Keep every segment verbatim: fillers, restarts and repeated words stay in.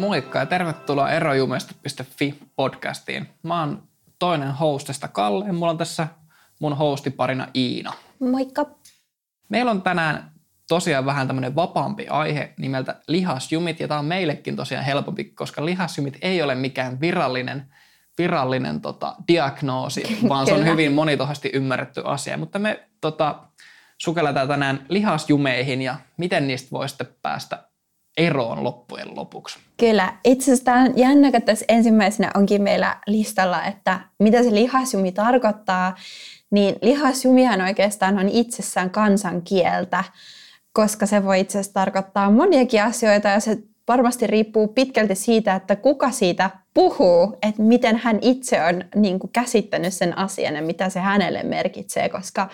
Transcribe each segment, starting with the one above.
Moikka ja tervetuloa erojumeista piste fi podcastiin. Mä oon toinen hostista Kalle ja mulla on tässä mun hostiparina Iina. Moikka. Meillä on tänään tosiaan vähän tämmönen vapaampi aihe nimeltä lihasjumit ja tää on meillekin tosiaan helpompi, koska lihasjumit ei ole mikään virallinen, virallinen tota, diagnoosi, vaan se on hyvin monitohasti ymmärretty asia. Mutta me tota, sukelletaan tänään lihasjumeihin ja miten niistä voi sitten päästä eroon loppujen lopuksi. Kyllä. Itse asiassa tämä on jännä, että tässä ensimmäisenä onkin meillä listalla, että mitä se lihasjumi tarkoittaa. Niin lihasjumihan oikeastaan on itsessään kansankieltä, koska se voi itse asiassa tarkoittaa moniakin asioita ja se varmasti riippuu pitkälti siitä, että kuka siitä puhuu, että miten hän itse on niin kuin käsittänyt sen asian ja mitä se hänelle merkitsee, koska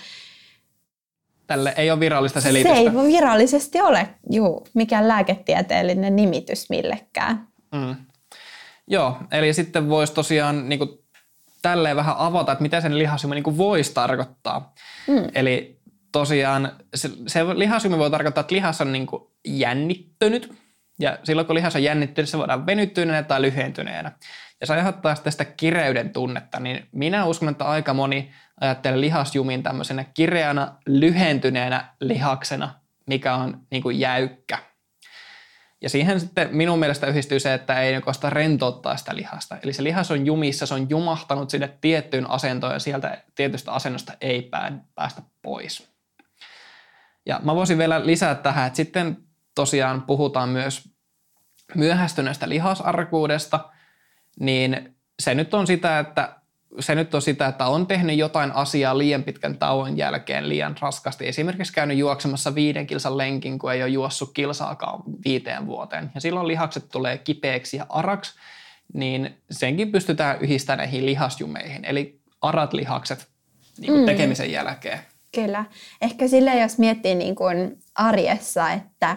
tälle ei ole virallista selitystä. Se ei virallisesti ole juu, mikään lääketieteellinen nimitys millekään. Mm. Joo, eli sitten voisi tosiaan niin kuin tälleen vähän avata, että mitä sen lihasjumi niin kuin voisi tarkoittaa. Mm. Eli tosiaan se, se lihasjumi voi tarkoittaa, että lihas on niin kuin jännittynyt. Ja silloin kun lihas on jännittynyt, se voidaan venyttyneenä tai lyhentyneenä. Ja se aiheuttaa sitten sitä kireyden tunnetta, niin minä uskon, että aika moni ajattelee lihasjumin tämmöisenä kireänä, lyhentyneenä lihaksena, mikä on niin kuin jäykkä. Ja siihen sitten minun mielestä yhdistyy se, että ei kosta rentouttaa sitä lihasta. Eli se lihas on jumissa, se on jumahtanut sinne tiettyyn asentoon ja sieltä tietystä asennosta ei päästä pois. Ja mä voisin vielä lisätä tähän, että sitten tosiaan puhutaan myös myöhästyneestä lihasarkuudesta, niin se nyt on sitä, että se nyt on sitä, että on tehnyt jotain asiaa liian pitkän tauon jälkeen liian raskasti. Esimerkiksi käynyt juoksemassa viiden kilsan lenkin, kun ei ole juossut kilsaakaan viiteen vuoteen. Ja silloin lihakset tulee kipeäksi ja araksi, niin senkin pystytään yhdistämään näihin lihasjumeihin. Eli arat lihakset niin kuin tekemisen jälkeen. Kyllä. Ehkä sillä jos miettii niin kuin arjessa, että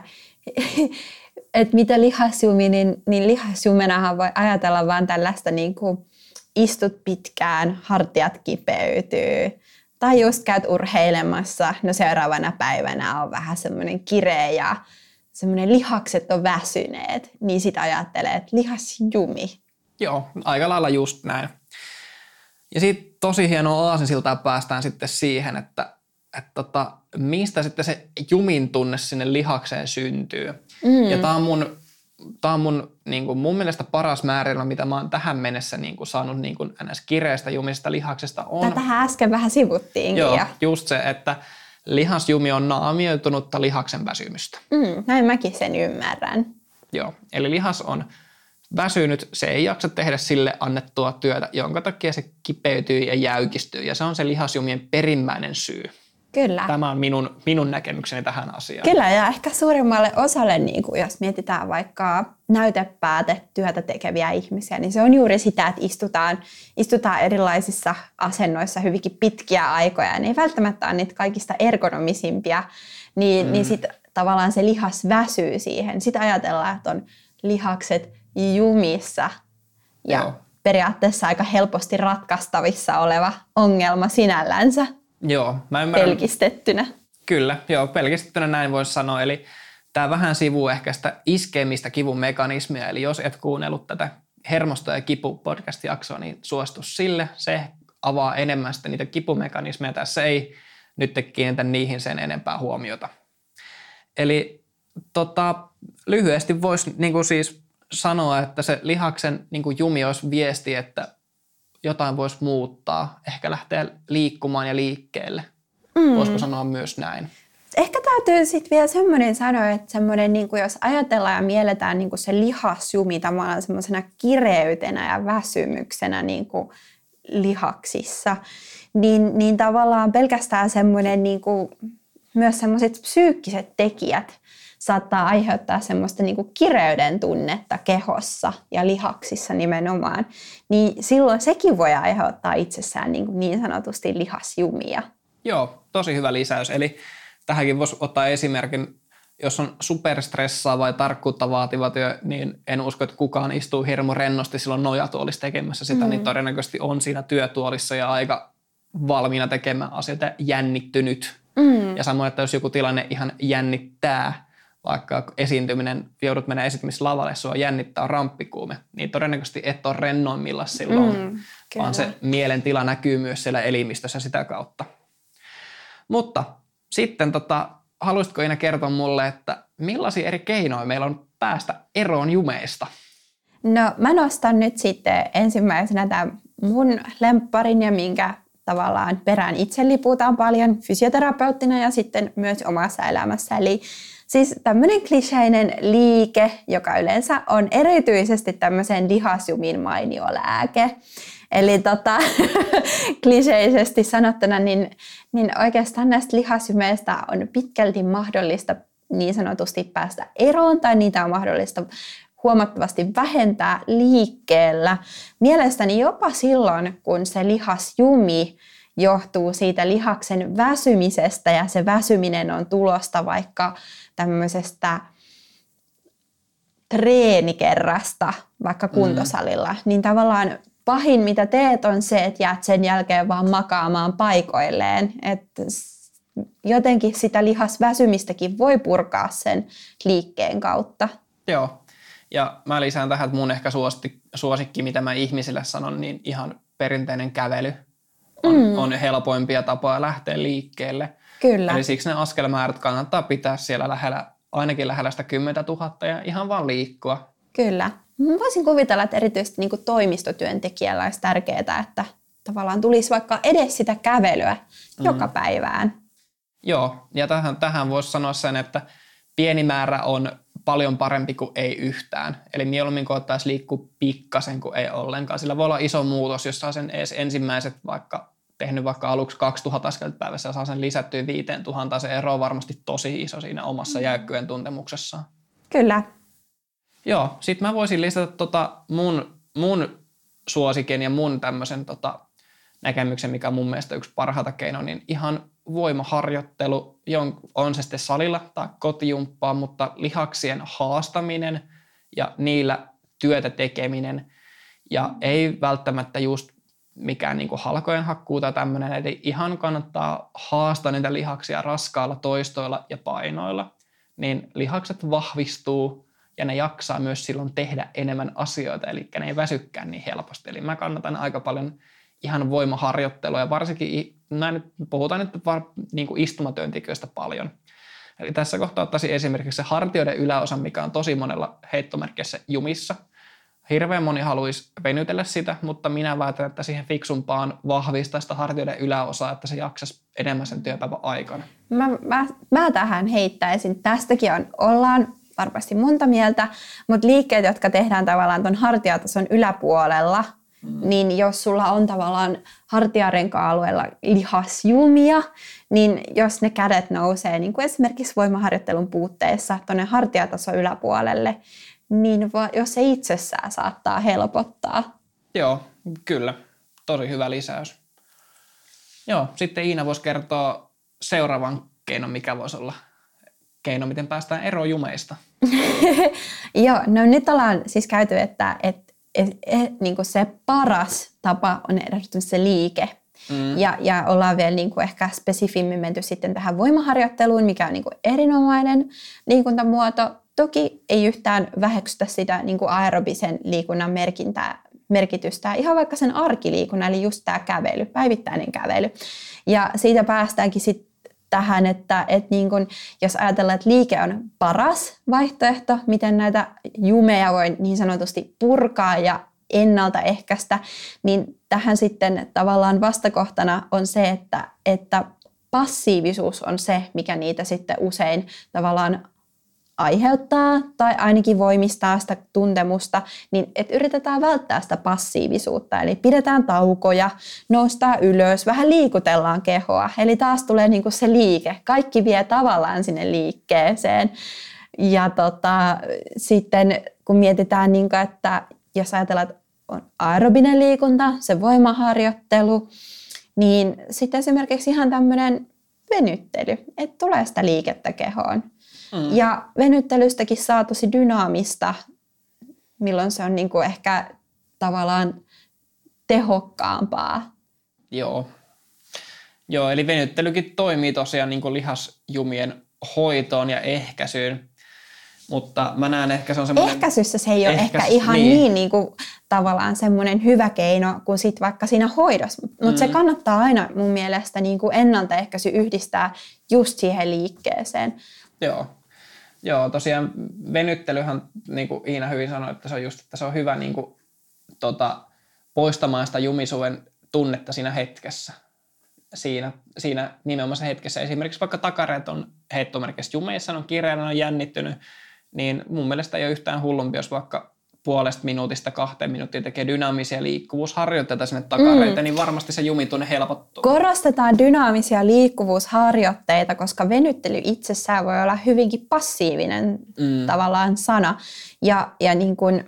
että mitä lihasjumi, niin, niin lihasjumenahan voi ajatella vaan tällaista niin kuin istut pitkään, hartiat kipeytyy, tai just käyt urheilemassa, no seuraavana päivänä on vähän semmoinen kireä ja semmoinen lihakset on väsyneet, niin sit ajattelee, että lihasjumi. Joo, aika lailla just näin. Ja sitten tosi hienoa aasinsiltaa päästään sitten siihen, että että tota, mistä sitten se jumin tunne sinne lihakseen syntyy. Mm. Ja tää on mun, tää on mun, niin kuin mun mielestä paras määritelmä, mitä mä oon tähän mennessä niin kuin saanut niin kuin ns. Kireästä jumista lihaksesta on. Tätähän äsken vähän sivuttiinkin. Joo, ja just se, että lihasjumi on naamioitunutta lihaksen väsymystä. Mm, näin mäkin sen ymmärrän. Joo, eli lihas on väsynyt, se ei jaksa tehdä sille annettua työtä, jonka takia se kipeytyy ja jäykistyy. Ja se on se lihasjumien perimmäinen syy. Kyllä. Tämä on minun, minun näkemykseni tähän asiaan. Kyllä, ja ehkä suurimmalle osalle, niin kuin jos mietitään vaikka näytepäätetyötä tekeviä ihmisiä, niin se on juuri sitä, että istutaan, istutaan erilaisissa asennoissa hyvinkin pitkiä aikoja, ja ne ei välttämättä ole niitä kaikista ergonomisimpia, niin, mm. niin sitten tavallaan se lihas väsyy siihen. Sitten ajatellaan, että on lihakset jumissa, ja Joo. periaatteessa aika helposti ratkaistavissa oleva ongelma sinällänsä. Joo, mä ymmärrän. Pelkistettynä. Kyllä, joo, pelkistettynä näin voisi sanoa. Eli tämä vähän sivuu ehkä sitä iskemistä kivun mekanismia. Eli jos et kuunnellut tätä Hermosto ja kipu podcast-jaksoa, niin suostus sille. Se avaa enemmän sitten niitä kipumekanismeja. Tässä ei nyt kiinnitä niihin sen enempää huomiota. Eli tota, lyhyesti voisi niin kuin siis sanoa, että se lihaksen niin kuin jumi olisi viesti, että jotain voisi muuttaa, ehkä lähteä liikkumaan ja liikkeelle. Mm. Voisiko sanoa myös näin? Ehkä täytyy sitten vielä semmoinen sanoa, että semmoinen, niin kuin jos ajatellaan ja mielletään niin kuin se lihasjumi tavallaan semmoisena kireytenä ja väsymyksenä niin kuin lihaksissa, niin, niin tavallaan pelkästään semmoinen niin kuin, myös semmoiset psyykkiset tekijät saattaa aiheuttaa semmoista niin kuin kireyden tunnetta kehossa ja lihaksissa nimenomaan, niin silloin sekin voi aiheuttaa itsessään niin, kuin niin sanotusti lihasjumia. Joo, tosi hyvä lisäys. Eli tähänkin voisi ottaa esimerkin, jos on superstressaava vai tarkkuutta vaativa työ, niin en usko, että kukaan istuu hirmu rennosti silloin nojatuolissa tekemässä sitä, mm. niin todennäköisesti on siinä työtuolissa ja aika valmiina tekemään asioita jännittynyt. Mm. Ja samoin, että jos joku tilanne ihan jännittää, vaikka esiintyminen, joudut mennä esiintymislavalle, sua jännittää, on ramppikuume, niin todennäköisesti et ole rennoimmilla silloin, mm, vaan se mielentila näkyy myös siellä elimistössä sitä kautta. Mutta sitten tota, haluaisitko Iina kertoa mulle, että millaisia eri keinoja meillä on päästä eroon jumeista? No mä nostan nyt sitten ensimmäisenä tämän mun lempparin ja minkä tavallaan perään itse liputaan paljon fysioterapeuttina ja sitten myös omassa elämässä. Eli siis tämmöinen kliseinen liike, joka yleensä on erityisesti tämmöisen lihasjumin mainio lääke. Eli tota, kliseisesti sanottuna, niin, niin oikeastaan näistä lihasjumeista on pitkälti mahdollista niin sanotusti päästä eroon tai niitä on mahdollista huomattavasti vähentää liikkeellä. Mielestäni jopa silloin, kun se lihasjumi johtuu siitä lihaksen väsymisestä ja se väsyminen on tulosta vaikka tämmöisestä treenikerrasta vaikka kuntosalilla, mm. niin tavallaan pahin mitä teet on se, että jäät sen jälkeen vaan makaamaan paikoilleen. Että jotenkin sitä lihasväsymistäkin voi purkaa sen liikkeen kautta. Joo. Ja mä lisään tähän, että mun ehkä suosikki, suosikki mitä mä ihmisille sanon, niin ihan perinteinen kävely on, mm. on helpoimpia tapoja lähteä liikkeelle. Kyllä. Eli siksi ne askelmäärät kannattaa pitää siellä lähellä, ainakin lähellä sitä kymmentätuhatta ja ihan vaan liikkua. Kyllä. Mä voisin kuvitella, että erityisesti niin kuin toimistotyöntekijällä olisi tärkeää, että tavallaan tulisi vaikka edes sitä kävelyä mm. joka päivään. Joo, ja tähän, tähän voisi sanoa sen, että pieni määrä on paljon parempi kuin ei yhtään. Eli mieluummin koettaisi liikkua pikkasen kuin ei ollenkaan. Sillä voi olla iso muutos, jos saa sen edes ensimmäiset vaikka tehnyt vaikka aluksi kaksituhatta askelta päivässä ja saa sen lisättyä viisituhatta. Se ero on varmasti tosi iso siinä omassa jäykkyyden tuntemuksessaan. Kyllä. Joo, sit mä voisin lisätä tota mun, mun suosikin ja mun tämmöisen tota näkemyksen, mikä on mun mielestä yksi parhaita keinoja, niin ihan voimaharjoittelu, on se sitten salilla tai kotijumppaa, mutta lihaksien haastaminen ja niillä työtä tekeminen ja ei välttämättä just mikään niinku halkojen hakkuu tai tämmöinen, eli ihan kannattaa haastaa niitä lihaksia raskailla toistoilla ja painoilla, niin lihakset vahvistuu ja ne jaksaa myös silloin tehdä enemmän asioita, eli ne ei väsykään niin helposti. Eli mä kannatan aika paljon ihan voimaharjoittelua ja varsinkin, näin nyt, puhutaan nyt var, niin kuin istumatyöntekijöistä paljon. Eli tässä kohtaa ottaisin esimerkiksi se hartioiden yläosa, mikä on tosi monella heittomerkissä jumissa. Hirveän moni haluaisi venytellä sitä, mutta minä väitän, että siihen fiksumpaan vahvistaa sitä hartioiden yläosaa, että se jaksaisi enemmän sen työpäivän aikana. Mä, mä, mä tähän heittäisin. Tästäkin on, ollaan varmasti monta mieltä, mutta liikkeet, jotka tehdään tavallaan tuon hartiatason yläpuolella, mm. niin jos sulla on tavallaan hartiarenka-alueella lihasjumia, niin jos ne kädet nousee, niin kuin esimerkiksi voimaharjoittelun puutteessa tuonne hartiatason yläpuolelle, niin jos se itsessään saattaa helpottaa. Joo, kyllä. Tosi hyvä lisäys. Joo, sitten Iina voisi kertoa seuraavan keinon, mikä voisi olla keino, miten päästään eroon jumeista. Joo, no nyt ollaan siis käyty, että et, et, et, niin kuin se paras tapa on ehdottomasti se liike. Mm. Ja, ja ollaan vielä niin kuin ehkä spesifimmin menty sitten tähän voimaharjoitteluun, mikä on niin kuin erinomainen liikuntamuoto. Toki ei yhtään väheksytä sitä niin kuin aerobisen liikunnan merkintää, merkitystä, ihan vaikka sen arkiliikunnan, eli just tämä kävely, päivittäinen kävely. Ja siitä päästäänkin sitten tähän, että, että niin kun, jos ajatellaan, että liike on paras vaihtoehto, miten näitä jumeja voi niin sanotusti purkaa ja ennaltaehkäistä, niin tähän sitten tavallaan vastakohtana on se, että, että passiivisuus on se, mikä niitä sitten usein tavallaan aiheuttaa tai ainakin voimistaa sitä tuntemusta, niin että yritetään välttää sitä passiivisuutta. Eli pidetään taukoja, noustaan ylös, vähän liikutellaan kehoa. Eli taas tulee niinku se liike. Kaikki vie tavallaan sinne liikkeeseen. Ja tota, sitten kun mietitään, niinku, että jos ajatellaan, että on aerobinen liikunta, se voimaharjoittelu, niin sitten esimerkiksi ihan tämmöinen venyttely, että tulee sitä liikettä kehoon. Mm. Ja venyttelystäkin saa tosi dynaamista, milloin se on niinku ehkä tavallaan tehokkaampaa. Joo. Joo, eli venyttelykin toimii tosiaan niinku lihasjumien hoitoon ja ehkäisyyn. Mutta mä näen ehkä se on semmoinen... Ehkäisyssä se ei ole Ehkäisy, ehkä ihan niin, niin, niin kuin, tavallaan semmoinen hyvä keino kuin sit vaikka siinä hoidossa. Mutta mm. se kannattaa aina mun mielestä niin kuin ennaltaehkäisy yhdistää just siihen liikkeeseen. Joo. Joo, tosiaan venyttelyhän, niin kuin Iina hyvin sanoi, että se on just, että se on hyvä niin kuin, tota, poistamaan sitä jumisuuden tunnetta siinä hetkessä. Siinä, siinä nimenomaan hetkessä. Esimerkiksi vaikka takareet on heittomerkissä jumeissa, on kireänä, on jännittynyt, niin mun mielestä ei ole yhtään hullumpi, jos vaikka puolesta minuutista kahteen minuuttia tekee dynaamisia liikkuvuusharjoitteita sinne takareita, mm. niin varmasti se jumitunne helpottuu. Korostetaan dynaamisia liikkuvuusharjoitteita, koska venyttely itsessään voi olla hyvinkin passiivinen mm. tavallaan sana. Ja, ja niin kuin,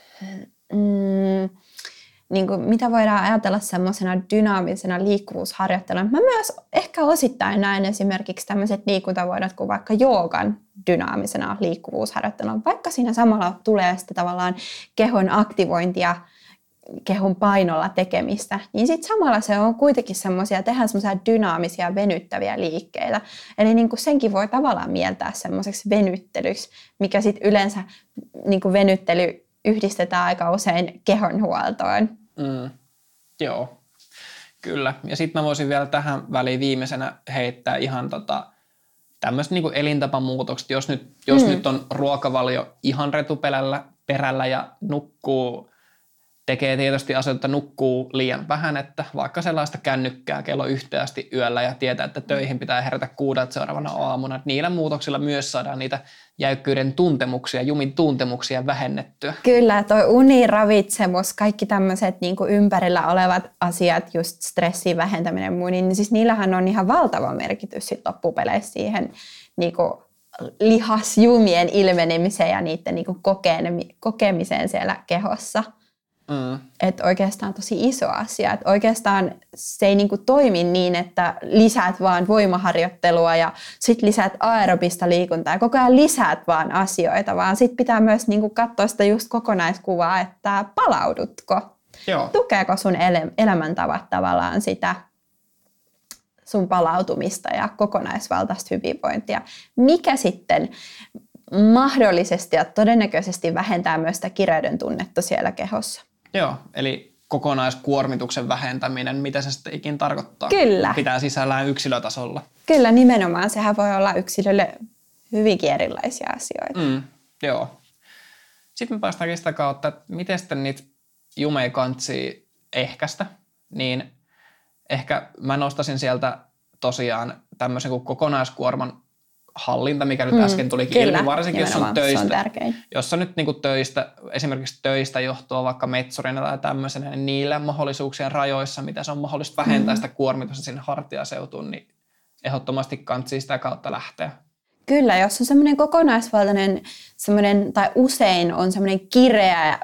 mm, niin kuin, mitä voidaan ajatella semmoisena dynaamisena liikkuvuusharjoitteluna. Mä myös ehkä osittain näen esimerkiksi tämmöiset liikuntavuodot kuin vaikka joogan dynaamisena liikkuvuusharjoitteluna. Vaikka siinä samalla tulee sitten tavallaan kehon aktivointia, kehon painolla tekemistä, niin sitten samalla se on kuitenkin semmoisia, tehdään semmoisia dynaamisia venyttäviä liikkeitä. Eli niin kuin senkin voi tavallaan mieltää semmoiseksi venyttelyksi, mikä sitten yleensä niin kuin venyttely yhdistetään aika usein kehonhuoltoon. Mm, joo, kyllä. Ja sitten mä voisin vielä tähän väliin viimeisenä heittää ihan tota, tämmöiset niinku elintapamuutokset. Jos, nyt, jos mm. nyt on ruokavalio ihan retuperällä perällä ja nukkuu, tekee tietysti asioita, nukkuu liian vähän, että vaikka sellaista kännykkää kello yhteen asti yöllä ja tietää, että töihin pitää herätä kuudelta seuraavana aamuna. Niillä muutoksilla myös saadaan niitä jäykkyyden tuntemuksia, jumin tuntemuksia vähennettyä. Kyllä, toi uni, ravitsemus, kaikki tämmöiset niin kuin ympärillä olevat asiat, just stressin vähentäminen ja muu, niin siis niillähän on ihan valtava merkitys sit loppupeleissä siihen niin kuin lihasjumien ilmenemiseen ja niiden niin kuin kokemiseen siellä kehossa. Mm. Että oikeastaan tosi iso asia. Että oikeastaan se ei niinku toimi niin, että lisäät vaan voimaharjoittelua ja sit lisäät aerobista liikuntaa ja koko ajan lisäät vaan asioita, vaan sit pitää myös niinku katsoa sitä just kokonaiskuvaa, että palaudutko. Joo. Tukeeko sun ele- elämäntavat tavallaan sitä sun palautumista ja kokonaisvaltaista hyvinvointia, mikä sitten mahdollisesti ja todennäköisesti vähentää myös sitä kireyden tunnetta siellä kehossa. Joo, eli kokonaiskuormituksen vähentäminen, mitä se sitten ikin tarkoittaa? Kyllä. Pitää sisällään yksilötasolla. Kyllä, nimenomaan. Sehän voi olla yksilölle hyvinkin erilaisia asioita. Mm, joo. Sitten me päästäänkin sitä kautta, että miten sitten niitä jumeja kantsii ehkäistä, niin ehkä mä nostasin sieltä tosiaan tämmöisen kuin kokonaiskuorman hallinta, mikä nyt äsken tulikin Kyllä, ilmi, varsinkin jos on töistä. Se on tärkein. Jos on nyt niin kuin töistä, esimerkiksi töistä johtuu vaikka metsurina tai tämmöisenä, niin niillä mahdollisuuksien rajoissa, mitä se on mahdollista vähentää mm. sitä kuormitusta sinne hartiaseutuun, niin ehdottomasti kantsii sitä kautta lähteä. Kyllä, jos on semmoinen kokonaisvaltainen, semmoinen, tai usein on semmoinen kireä,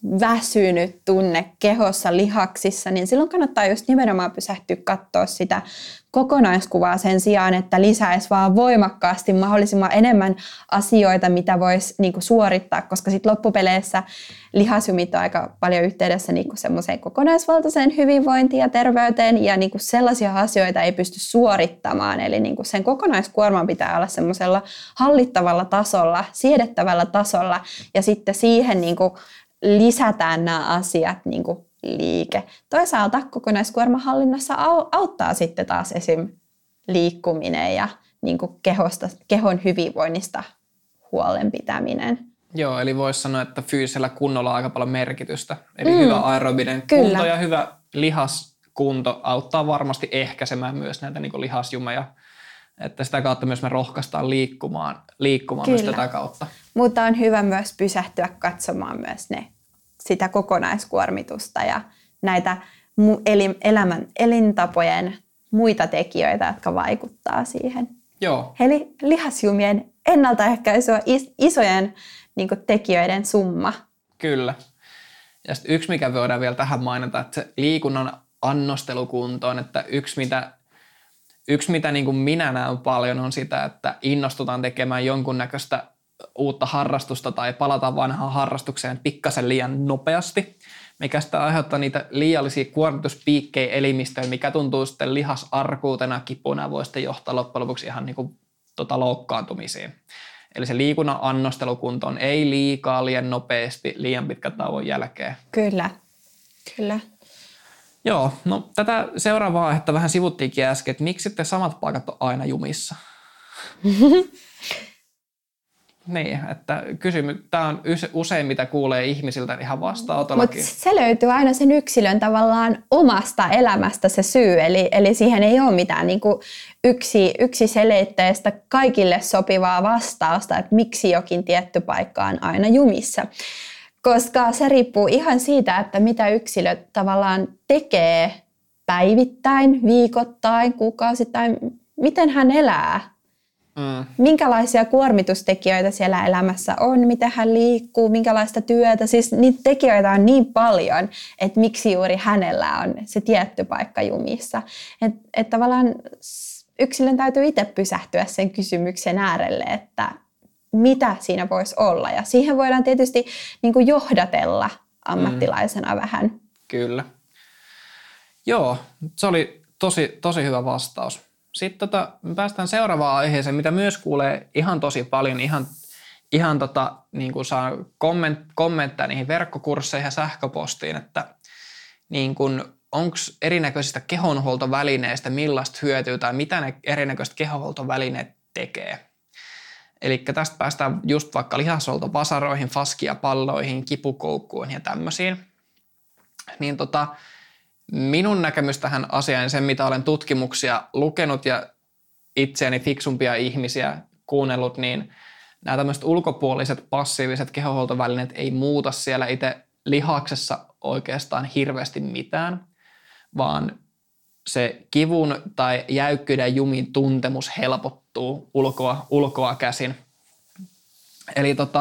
väsynyt tunne kehossa, lihaksissa, niin silloin kannattaa just nimenomaan pysähtyä katsoa sitä kokonaiskuvaa sen sijaan, että lisäisi vaan voimakkaasti mahdollisimman enemmän asioita, mitä voisi niinku suorittaa, koska sitten loppupeleissä lihasjumit on aika paljon yhteydessä niinku semmoiseen kokonaisvaltaiseen hyvinvointiin ja terveyteen, ja niinku sellaisia asioita ei pysty suorittamaan, eli niinku sen kokonaiskuorman pitää olla semmoisella hallittavalla tasolla, siedettävällä tasolla, ja sitten siihen niinku lisätään nämä asiat niinku liike. Toisaalta kokonaiskuorman hallinnassa auttaa sitten taas esim. Liikkuminen ja niin kuin kehosta, kehon hyvinvoinnista huolen pitäminen. Joo, eli voisi sanoa, että fyysisellä kunnolla on aika paljon merkitystä. Eli mm, hyvä aerobinen kunto kyllä. ja hyvä lihaskunto auttaa varmasti ehkäisemään myös näitä niin kuin lihasjumeja. Että sitä kautta myös me rohkaistaan liikkumaan, liikkumaan myös tätä kautta. Mutta on hyvä myös pysähtyä katsomaan myös ne sitä kokonaiskuormitusta ja näitä elämän, elintapojen muita tekijöitä, jotka vaikuttaa siihen. Joo. Eli lihasjumien ennaltaehkäisy on is, isojen niin kuin, tekijöiden summa. Kyllä. Ja sitten yksi, mikä voidaan vielä tähän mainita, että se liikunnan annostelukuntoon, että yksi, mitä, yksi, mitä niin kuin minä näen paljon, on sitä, että innostutaan tekemään jonkunnäköistä uutta harrastusta tai palataan vanhaan harrastukseen pikkasen liian nopeasti, mikä sitä aiheuttaa niitä liiallisia kuormituspiikkejä elimistöön, mikä tuntuu sitten lihasarkuutena, kipuna, voi sitten johtaa loppujen lopuksi ihan niin kuin, tota, loukkaantumisiin. Eli se liikunnan annostelukuntoon ei liikaa, liian nopeasti, liian pitkän tauon jälkeen. Kyllä, kyllä. Joo, no tätä seuraavaa aihetta vähän sivuttiinkin äsken, että miksi sitten samat paikat on aina jumissa? Niin, että kysymy, tämä on usein mitä kuulee ihmisiltä ihan vastaanotollakin. Mutta se löytyy aina sen yksilön tavallaan omasta elämästä se syy, eli, eli siihen ei ole mitään niin kuin yksi, yksiselitteistä kaikille sopivaa vastausta, että miksi jokin tietty paikka on aina jumissa. Koska se riippuu ihan siitä, että mitä yksilö tavallaan tekee päivittäin, viikoittain, kuukausittain, miten hän elää. Mm. Minkälaisia kuormitustekijöitä siellä elämässä on, miten hän liikkuu, minkälaista työtä. Siis niitä tekijöitä on niin paljon, että miksi juuri hänellä on se tietty paikka jumissa. Että et tavallaan yksilön täytyy itse pysähtyä sen kysymyksen äärelle, että mitä siinä voisi olla. Ja siihen voidaan tietysti niin kuin johdatella ammattilaisena mm. vähän. Kyllä. Joo, se oli tosi, tosi hyvä vastaus. Sitten tota, me päästään seuraavaan aiheeseen, mitä myös kuulee ihan tosi paljon. Ihan, ihan tota, niin kuin saa komment, kommentteja niihin verkkokursseihin ja sähköpostiin, että niin onko erinäköisistä kehonhuoltovälineistä millaista hyötyä tai mitä ne erinäköiset kehonhuoltovälineet tekee. Eli tästä päästään just vaikka lihashuoltovasaroihin, faskiapalloihin, kipukoukkuihin ja tämmöisiin. Niin tota, minun näkemys tähän asiaan, sen mitä olen tutkimuksia lukenut ja itseäni fiksumpia ihmisiä kuunnellut, niin nämä tämmöiset ulkopuoliset passiiviset kehonhuoltovälineet ei muuta siellä itse lihaksessa oikeastaan hirveästi mitään, vaan se kivun tai jäykkyyden ja jumin tuntemus helpottuu ulkoa, ulkoa käsin. Eli, tota,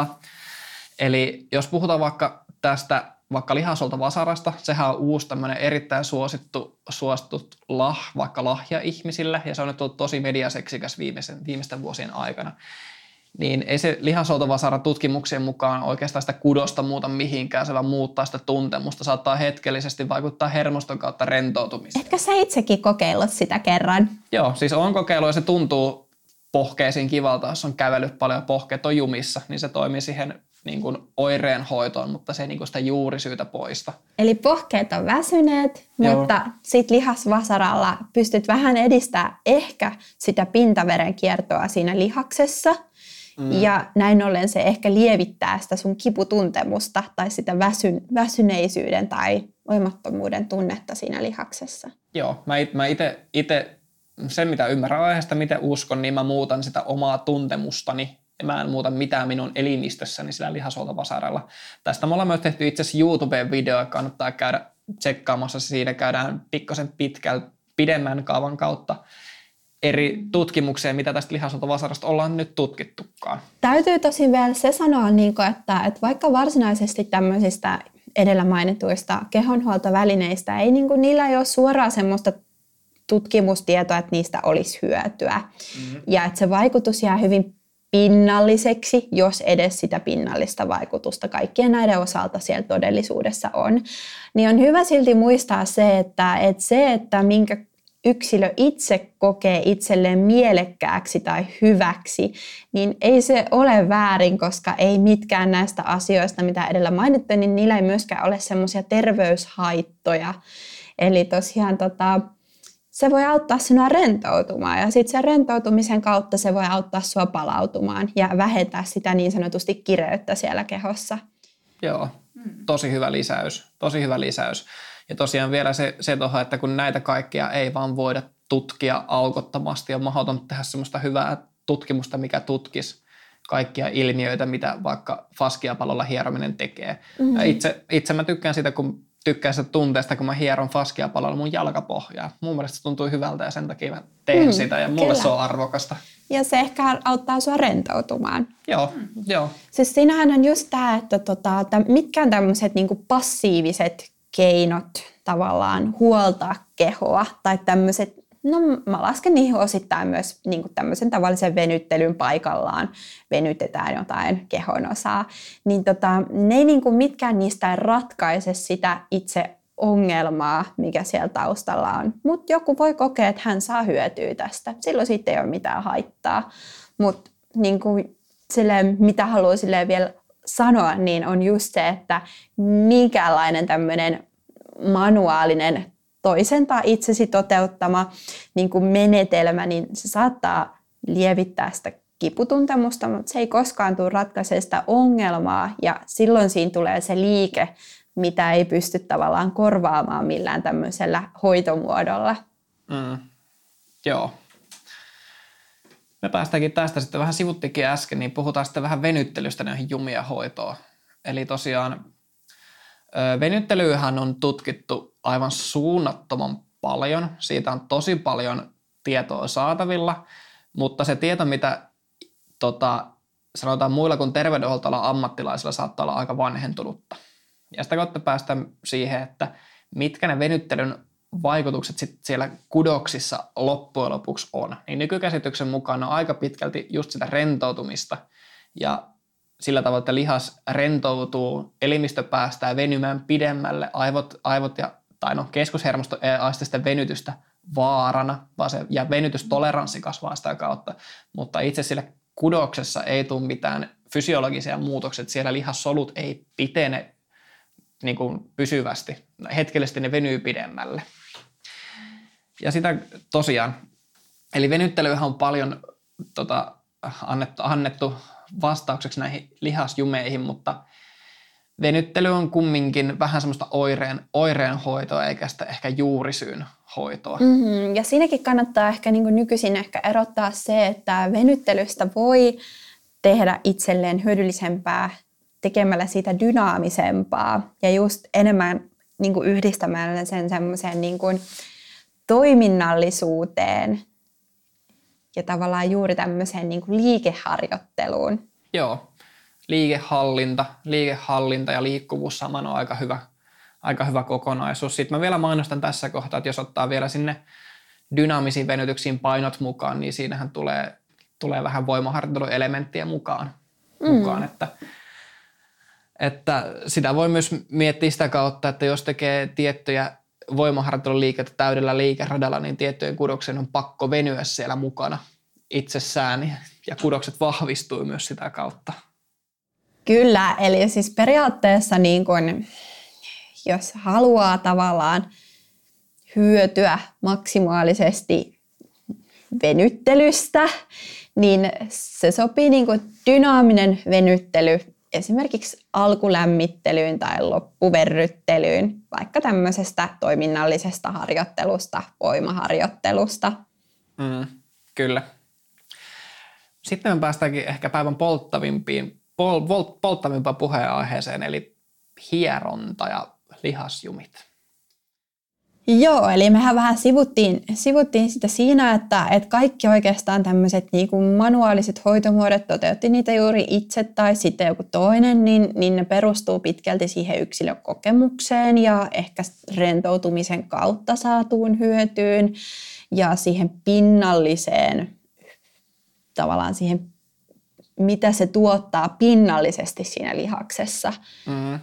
eli jos puhutaan vaikka tästä vaikka lihashuoltovasarasta, sehän on uusi tämmöinen erittäin suosittu, suosittu lah, vaikka lahja-ihmisille, ja se on nyt ollut tosi mediaseksikäs viimeisten, viimeisten vuosien aikana. Niin ei se lihashuoltovasara tutkimuksien mukaan oikeastaan sitä kudosta muuta mihinkään, se vaan muuttaa sitä tuntemusta, saattaa hetkellisesti vaikuttaa hermoston kautta rentoutumiseen. Etkö sä itsekin kokeillut sitä kerran? Joo, siis on kokeillut ja se tuntuu pohkeisiin kivalta, jos on kävellyt paljon pohkeet on jumissa, niin se toimii siihen niin kuin oireen hoitoon, mutta se ei niin kuin sitä juurisyytä poista. Eli pohkeet on väsyneet, Joo. mutta sit lihasvasaralla pystyt vähän edistämään ehkä sitä pintaveren kiertoa siinä lihaksessa. Mm. Ja näin ollen se ehkä lievittää sitä sun kiputuntemusta tai sitä väsy, väsyneisyyden tai voimattomuuden tunnetta siinä lihaksessa. Joo, mä, it, mä ite, ite sen mitä ymmärrän aiheesta, miten uskon, niin mä muutan sitä omaa tuntemustani. Mä en muuta mitään minun elimistössäni sillä lihashuoltovasaralla. Tästä me ollaan myös tehty itse asiassa YouTubeen video, kannattaa käydä tsekkaamassa. Siinä käydään pikkasen pitkältä pidemmän kaavan kautta eri tutkimuksia, mitä tästä lihashuoltovasarasta ollaan nyt tutkittukaan. Täytyy tosin vielä se sanoa, että, että vaikka varsinaisesti tämmöisistä edellä mainituista kehonhuoltovälineistä ei niin kuin, niillä ei ole suoraan semmoista tutkimustietoa, että niistä olisi hyötyä. Mm-hmm. Ja että se vaikutus jää hyvin pinnalliseksi, jos edes sitä pinnallista vaikutusta kaikkien näiden osalta siellä todellisuudessa on. Niin on hyvä silti muistaa se, että, että se, että minkä yksilö itse kokee itselleen mielekkääksi tai hyväksi, niin ei se ole väärin, koska ei mitkään näistä asioista, mitä edellä mainittiin, niin niillä ei myöskään ole semmoisia terveyshaittoja. Eli tosiaan tota, se voi auttaa sinua rentoutumaan ja sitten sen rentoutumisen kautta se voi auttaa sinua palautumaan ja vähentää sitä niin sanotusti kireyttä siellä kehossa. Joo, tosi hyvä lisäys, tosi hyvä lisäys. Ja tosiaan vielä se, se toha, että kun näitä kaikkia ei vaan voida tutkia aukottomasti ja mahdoton tehdä semmoista hyvää tutkimusta, mikä tutkisi kaikkia ilmiöitä, mitä vaikka faskiapallolla hierominen tekee. Mm-hmm. Ja itse, itse mä tykkään sitä, kun tykkään sitä tunteesta, kun mä hieron faskiapallolla mun jalkapohjaa. Mun mielestä se tuntuu hyvältä ja sen takia mä teen mm, sitä ja mulle kyllä. Se on arvokasta. Ja se ehkä auttaa sua rentoutumaan. Joo, mm. joo. Siis siinähän on just tää, että tota, mitkään tämmöiset niinku passiiviset keinot tavallaan huoltaa kehoa tai tämmöiset, no mä lasken niihin osittain myös niin kuin tämmöisen tavallisen venyttelyn paikallaan, venytetään jotain kehonosaa, niin tota, ne ei niin kuin mitkään niistä ei ratkaise sitä itse ongelmaa, mikä siellä taustalla on. Mutta joku voi kokea, että hän saa hyötyä tästä. Silloin siitä ei ole mitään haittaa. Mutta niin kuin silleen, mitä haluaa silleen vielä sanoa, niin on just se, että minkäänlainen tämmöinen manuaalinen toisen tai itsesi toteuttama niin kuin menetelmä, niin se saattaa lievittää sitä kiputuntemusta, mutta se ei koskaan tule ratkaisemaan sitä ongelmaa ja silloin siinä tulee se liike, mitä ei pysty tavallaan korvaamaan millään tämmöisellä hoitomuodolla. Mm. Joo. Me päästäänkin tästä sitten vähän sivuttikin äsken, niin puhutaan sitten vähän venyttelystä näihin jumien hoitoon. Eli tosiaan venyttelyhän on tutkittu aivan suunnattoman paljon. Siitä on tosi paljon tietoa saatavilla, mutta se tieto, mitä tota, sanotaan muilla kuin terveydenhuoltoalan ammattilaisilla, saattaa olla aika vanhentunutta. Ja sitä kautta päästään siihen, että mitkä ne venyttelyn vaikutukset sit siellä kudoksissa loppujen lopuksi on. Niin nykykäsityksen mukaan on aika pitkälti just sitä rentoutumista ja sillä tavalla, että lihas rentoutuu, elimistö päästää venymään pidemmälle, aivot, aivot ja, tai no, keskushermosto ei aista sitä venytystä vaarana, vaan se, ja venytystoleranssi kasvaa sitä kautta, mutta itse sillä kudoksessa ei tule mitään fysiologisia muutoksia, että siellä lihassolut ei pitene niin kuin pysyvästi, hetkellisesti ne venyy pidemmälle. Ja sitä tosiaan, eli venyttelyhän on paljon tota, annettu, annettu vastaukseksi näihin lihasjumeihin, mutta venyttely on kumminkin vähän semmoista oireen, oireenhoitoa eikä sitä ehkä juurisyyn hoitoa. Mm-hmm. Ja siinäkin kannattaa ehkä niin kuin nykyisin ehkä erottaa se, että venyttelystä voi tehdä itselleen hyödyllisempää tekemällä siitä dynaamisempaa ja just enemmän niin kuin yhdistämällä sen semmoiseen niin kuin toiminnallisuuteen ja tavallaan juuri tämmöiseen niin kuin liikeharjoitteluun. Joo, liikehallinta, liikehallinta ja liikkuvuus saman on aika hyvä, aika hyvä kokonaisuus. Sitten mä vielä mainostan tässä kohtaa, että jos ottaa vielä sinne dynaamisiin venytyksiin painot mukaan, niin siinähän tulee, tulee vähän voimaharjoitteluelementtiä mukaan. Mm. mukaan että, että sitä voi myös miettiä sitä kautta, että jos tekee tiettyjä voimaharjoitteluliikettä täydellä liikeradalla, niin tiettyjen kudoksien on pakko venyä siellä mukana itsessään ja kudokset vahvistuu myös sitä kautta. Kyllä, eli siis periaatteessa niin kun, jos haluaa tavallaan hyötyä maksimaalisesti venyttelystä, niin se sopii niin kun dynaaminen venyttely esimerkiksi alkulämmittelyyn tai loppuverryttelyyn, vaikka tämmöisestä toiminnallisesta harjoittelusta, voimaharjoittelusta. Mm, kyllä. Sitten me päästäänkin ehkä päivän polttavimpiin, pol, pol, polttavimpaan puheenaiheeseen, eli hieronta ja lihasjumit. Joo, eli mehän vähän sivuttiin, sivuttiin sitä siinä, että, että kaikki oikeastaan tämmöiset niin kuin manuaaliset hoitomuodot toteutti niitä juuri itse tai sitten joku toinen, niin, niin ne perustuu pitkälti siihen yksilön kokemukseen ja ehkä rentoutumisen kautta saatuun hyötyyn ja siihen pinnalliseen, tavallaan siihen, mitä se tuottaa pinnallisesti siinä lihaksessa. Mm.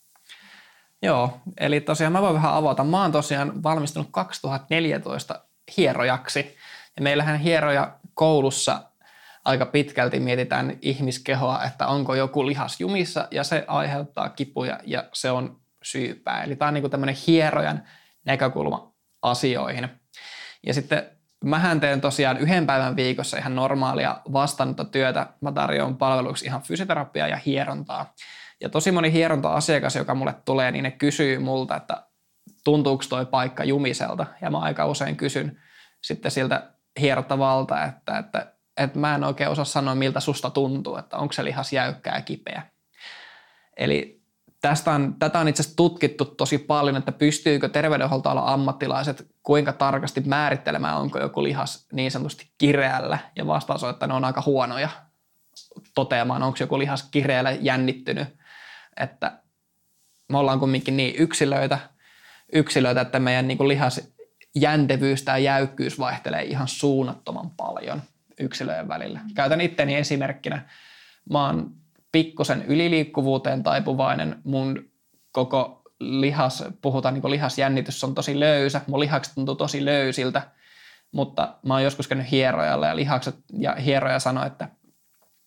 Joo, eli tosiaan mä voin vähän avata. Mä oon tosiaan valmistunut kaksituhattaneljätoista hierojaksi. Ja meillähän hieroja koulussa aika pitkälti mietitään ihmiskehoa, että onko joku lihas jumissa ja se aiheuttaa kipuja ja se on syypää. Eli tää on niinku tämmönen hierojan näkökulma asioihin. Ja sitten mähän teen tosiaan yhden päivän viikossa ihan normaalia vastaanottotyötä. Mä tarjoan palveluksi ihan fysioterapiaa ja hierontaa. Ja tosi moni hieronta-asiakas, joka mulle tulee, niin ne kysyy multa, että tuntuuko toi paikka jumiselta. Ja mä aika usein kysyn sitten siltä hierottavalta, että, että, että mä en oikein osaa sanoa, miltä susta tuntuu, että onko se lihas jäykkää ja kipeä. Eli tästä on, tätä on itse asiassa tutkittu tosi paljon, että pystyykö terveydenhuoltoalan ammattilaiset kuinka tarkasti määrittelemään, onko joku lihas niin sanotusti kireällä. Ja vastaus on, että ne on aika huonoja toteamaan, onko joku lihas kireällä jännittynyt. Että me ollaan kumminkin niin yksilöitä, yksilöitä että meidän niin kuin lihasjäntevyys tai jäykkyys vaihtelee ihan suunnattoman paljon yksilöiden välillä. Käytän itteni esimerkkinä. Mä oon pikkusen yliliikkuvuuteen taipuvainen. Mun koko lihas, puhutaan niin kuin lihasjännitys on tosi löysä. Mun lihakset tuntuu tosi löysiltä, mutta mä oon joskus käynyt hierojalle ja lihakset ja hieroja sanoi, että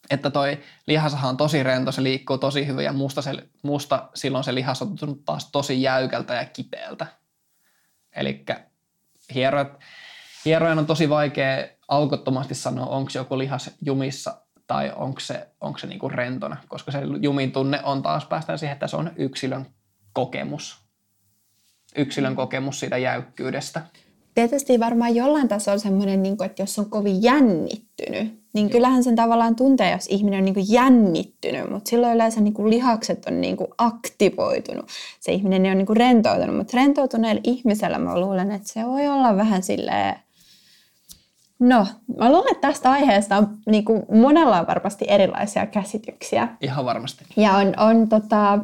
että toi lihashan on tosi rento, se liikkuu tosi hyvin ja musta, se, musta silloin se lihas on tuntunut taas tosi jäykältä ja kipeältä. Elikkä hierojat, hierojan on tosi vaikea aukottomasti sanoa, onko joku lihas jumissa tai onko se, onko se niinku rentona, koska se jumin tunne on taas, päästään siihen, että se on yksilön kokemus. Yksilön kokemus siitä jäykkyydestä. Tietysti varmaan jollain tasolla semmoinen, että jos on kovin jännittynyt, niin kyllähän sen tavallaan tuntee, jos ihminen on niin jännittynyt, mutta silloin yleensä niin lihakset on niin aktivoitunut. Se ihminen ei ole niin rentoutunut, mutta rentoutuneella ihmisellä mä luulen, että se voi olla vähän silleen. No, mä luulen, että tästä aiheesta on niin kuin monella on varmasti erilaisia käsityksiä. Ihan varmasti. Ja on, on, tota,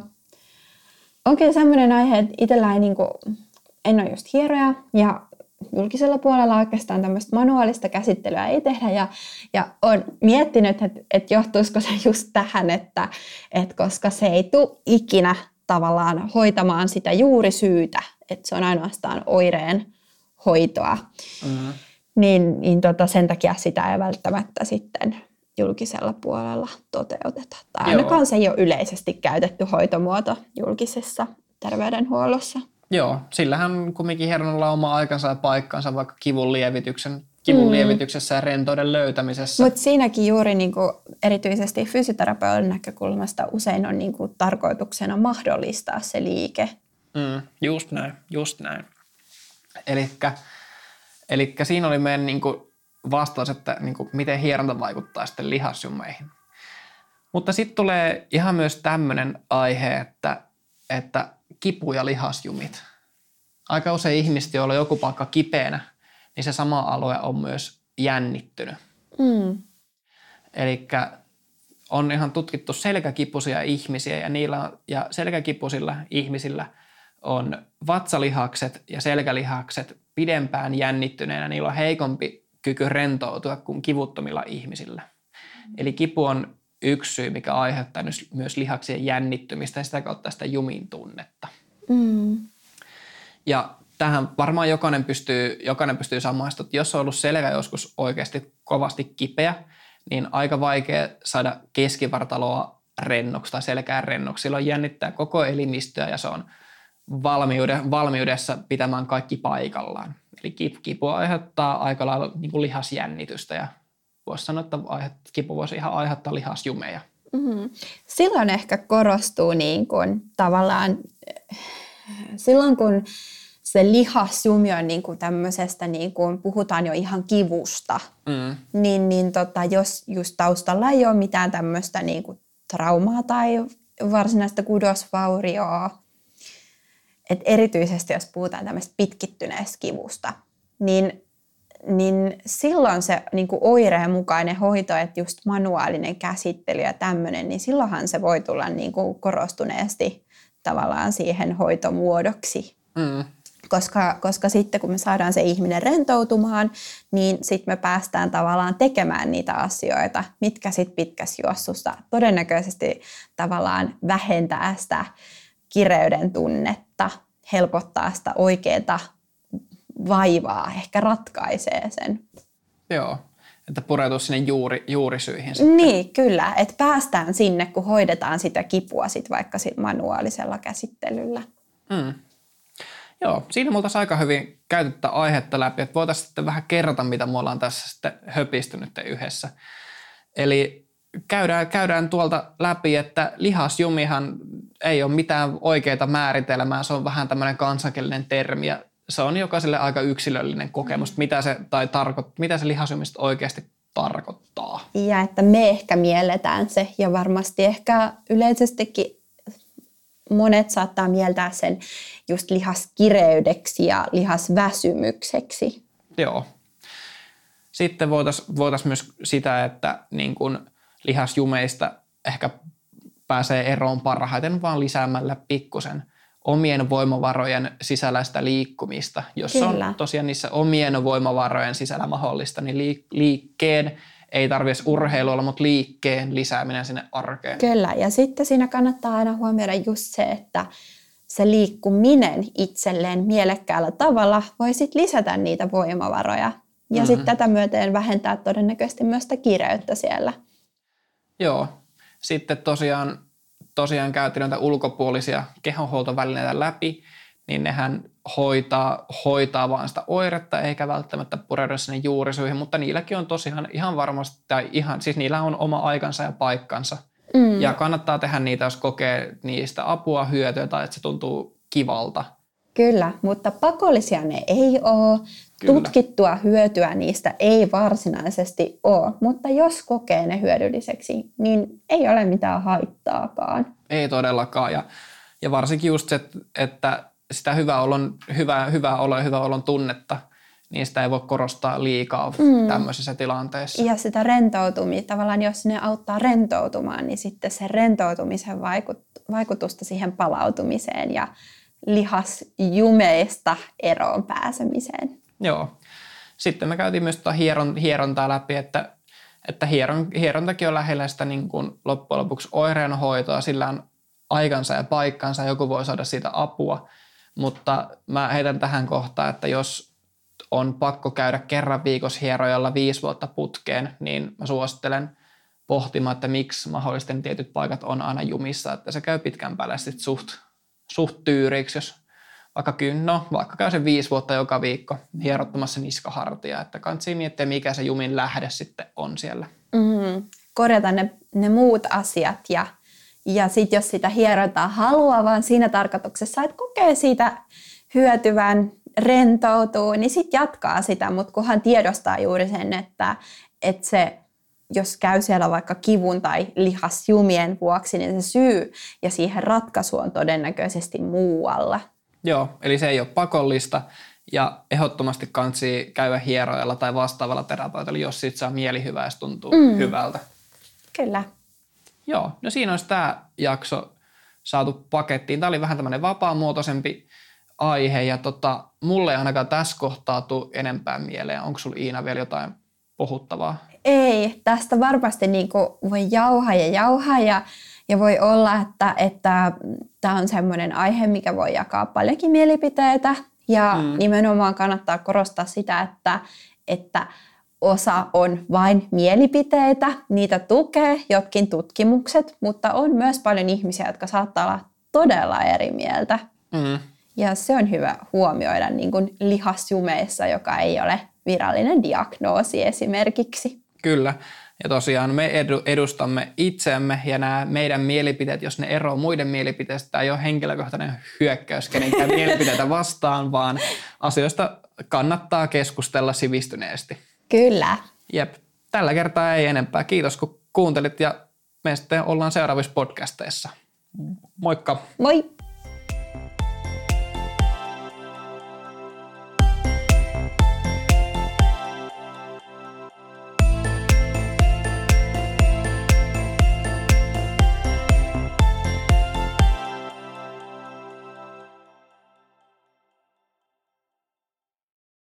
on kyllä semmoinen aihe, että itsellä ei niin kuin, en ole just hieroja ja julkisella puolella oikeastaan tämmöistä manuaalista käsittelyä ei tehdä ja, ja olen miettinyt, että, että johtuisiko se just tähän, että, että koska se ei tule ikinä tavallaan hoitamaan sitä juurisyytä, että se on ainoastaan oireen hoitoa, mm-hmm. niin, niin tota sen takia sitä ei välttämättä sitten julkisella puolella toteuteta. Tai ainakaan Joo. se ei ole yleisesti käytetty hoitomuoto julkisessa terveydenhuollossa. Joo, sillähän kumminkin hieronnalla on oma aikansa ja paikkansa vaikka kivun, lievityksen, kivun mm. lievityksessä ja rentouden löytämisessä. Mutta siinäkin juuri niinku, erityisesti fysioterapeutin näkökulmasta usein on niinku, tarkoituksena mahdollistaa se liike. Mm, just näin, just näin. Elikkä, elikkä siinä oli meidän niinku, vastaus, että niinku, miten hieronta vaikuttaa sitten lihasjumeihin. Mutta sitten tulee ihan myös tämmöinen aihe, että, että kipu- ja lihasjumit. Aika usein ihmiset, joilla on joku paikka kipeänä, niin se sama alue on myös jännittynyt. Mm. Elikkä on ihan tutkittu selkäkipuisia ihmisiä ja, niillä, ja selkäkipuisilla ihmisillä on vatsalihakset ja selkälihakset pidempään jännittyneenä. Niillä on heikompi kyky rentoutua kuin kivuttomilla ihmisillä. Mm. Eli kipu on yksi syy, mikä aiheuttaa myös lihaksien jännittymistä ja sitä kautta sitä jumin tunnetta. Mm. Ja tähän varmaan jokainen pystyy, jokainen pystyy samaistumaan, että jos on ollut selkä joskus oikeasti kovasti kipeä, niin aika vaikea saada keskivartaloa rennoksi tai selkää rennoksi. Silloin jännittää koko elimistöä ja se on valmiude, valmiudessa pitämään kaikki paikallaan. Eli kipu aiheuttaa aika lailla niin kuin lihasjännitystä ja voisi sanoa, että kipu voisi ihan aiheuttaa lihasjumeja. Mm-hmm. Silloin ehkä korostuu niin kuin, tavallaan, silloin kun se lihasjumi on niin kuin tämmöisestä, niin kuin puhutaan jo ihan kivusta, mm. niin, niin tota, jos just taustalla ei ole mitään tämmöistä niin kuin traumaa tai varsinaista kudosvaurioa, että erityisesti jos puhutaan tämmöistä pitkittyneestä kivusta, niin niin silloin se niin kuin oireen mukainen hoito, että just manuaalinen käsittely ja tämmöinen, niin silloinhan se voi tulla niin kuin korostuneesti tavallaan siihen hoitomuodoksi. Mm. Koska, koska sitten kun me saadaan se ihminen rentoutumaan, niin sitten me päästään tavallaan tekemään niitä asioita, mitkä sitten pitkässä juossussa todennäköisesti tavallaan vähentää sitä kireyden tunnetta, helpottaa sitä oikeaa vaivaa, ehkä ratkaisee sen. Joo, että pureutuu sinne juuri, juurisyihin sitten. Niin, kyllä, että päästään sinne, kun hoidetaan sitä kipua sit vaikka sit manuaalisella käsittelyllä. Mm. Joo, siinä me oltaisiin aika hyvin käytettä aihetta läpi, että voitaisiin sitten vähän kerrata, mitä me ollaan tässä sitten höpistynyt yhdessä. Eli käydään, käydään tuolta läpi, että lihasjumihan ei ole mitään oikeaa määritelmää, se on vähän tämmöinen kansakielinen termi ja se on jokaiselle aika yksilöllinen kokemus, mitä se, tai tarko, mitä se lihasjumista oikeasti tarkoittaa. Ja että me ehkä mielletään se ja varmasti ehkä yleisestikin monet saattaa mieltää sen just lihaskireydeksi ja lihasväsymykseksi. Joo. Sitten voitaisiin voitais myös sitä, että niin kun lihasjumeista ehkä pääsee eroon parhaiten vaan lisäämällä pikkusen omien voimavarojen sisällä sitä liikkumista. Jos Kyllä. on tosiaan niissä omien voimavarojen sisällä mahdollista, niin liikkeen, ei tarvitse urheilulla, mutta liikkeen lisääminen sinne arkeen. Kyllä, ja sitten siinä kannattaa aina huomioida just se, että se liikkuminen itselleen mielekkäällä tavalla voi sitten lisätä niitä voimavaroja. Ja mm-hmm. sitten tätä myöten vähentää todennäköisesti myös sitä kireyttä siellä. Joo. Sitten tosiaan, tosiaan käytiin noita ulkopuolisia kehonhuoltovälineitä läpi, niin nehän hoitaa, hoitaa vaan sitä oiretta, eikä välttämättä pureudu sinne juurisyihin, mutta niilläkin on tosiaan ihan varmasti, tai ihan, siis niillä on oma aikansa ja paikkansa. Mm. Ja kannattaa tehdä niitä, jos kokee niistä apua, hyötyä tai että se tuntuu kivalta. Kyllä, mutta pakollisia ne ei ole. Kyllä. Tutkittua hyötyä niistä ei varsinaisesti ole, mutta jos kokee ne hyödylliseksi, niin ei ole mitään haittaakaan. Ei todellakaan, ja, ja varsinkin just se, että sitä hyvää olon, hyvää, hyvää olo ja hyvää olon tunnetta, niin sitä ei voi korostaa liikaa mm. tämmöisessä tilanteessa. Ja sitä rentoutumista, tavallaan jos ne auttaa rentoutumaan, niin sitten se rentoutumisen vaikutusta siihen palautumiseen ja lihasjumeista eroon pääsemiseen. Joo. Sitten me käytiin myös tuota hieron, hierontaa läpi, että, että hieron, hierontakin on lähellä sitä niin kuin loppujen lopuksi oireenhoitoa, sillä on aikansa ja paikkansa, joku voi saada siitä apua, mutta mä heitän tähän kohtaan, että jos on pakko käydä kerran viikossa hierojalla viisi vuotta putkeen, niin mä suosittelen pohtimaan, että miksi mahdollisesti tietyt paikat on aina jumissa, että se käy pitkän päälle sitten suht, suht tyyriksi, jos vaikka, no, vaikka käy sen viisi vuotta joka viikko hierottamassa niskahartia, että kannattaa miettiä, mikä se jumin lähde sitten on siellä. Mm, korjata ne, ne muut asiat ja, ja sitten jos sitä hierontaa haluaa vaan siinä tarkoituksessa, että kokee siitä hyötyvän, rentoutuu, niin sitten jatkaa sitä, mutta kunhan tiedostaa juuri sen, että, että se, jos käy siellä vaikka kivun tai lihasjumien vuoksi, niin se syy ja siihen ratkaisu on todennäköisesti muualla. Joo, eli se ei ole pakollista ja ehdottomasti kansi käydä hierojalla tai vastaavalla terapeutilla, jos siitä saa mielihyvää ja se tuntuu mm. hyvältä. Kyllä. Joo, no siinä olisi tämä jakso saatu pakettiin. Tämä oli vähän tämmöinen vapaamuotoisempi aihe ja tota, mulle ei ainakaan tässä kohtaa tule enempää mieleen. Onko sulla Iina vielä jotain puhuttavaa? Ei, tästä varmasti niinku voi jauhaa ja jauhaa ja, ja voi olla, että, että tämä on semmoinen aihe, mikä voi jakaa paljonkin mielipiteitä ja mm. nimenomaan kannattaa korostaa sitä, että, että osa on vain mielipiteitä, niitä tukee jotkin tutkimukset, mutta on myös paljon ihmisiä, jotka saattaa olla todella eri mieltä. Mm. Ja se on hyvä huomioida niin kuin lihasjumeissa, joka ei ole virallinen diagnoosi esimerkiksi. Kyllä. Ja tosiaan me edustamme itseämme ja nämä meidän mielipiteet, jos ne eroavat muiden mielipiteistä, tämä ei ole henkilökohtainen hyökkäys kenenkään mielipiteitä vastaan, vaan asioista kannattaa keskustella sivistyneesti. Kyllä. Jep. Tällä kertaa ei enempää. Kiitos kun kuuntelit ja me sitten ollaan seuraavissa podcasteissa. Moikka! Moi!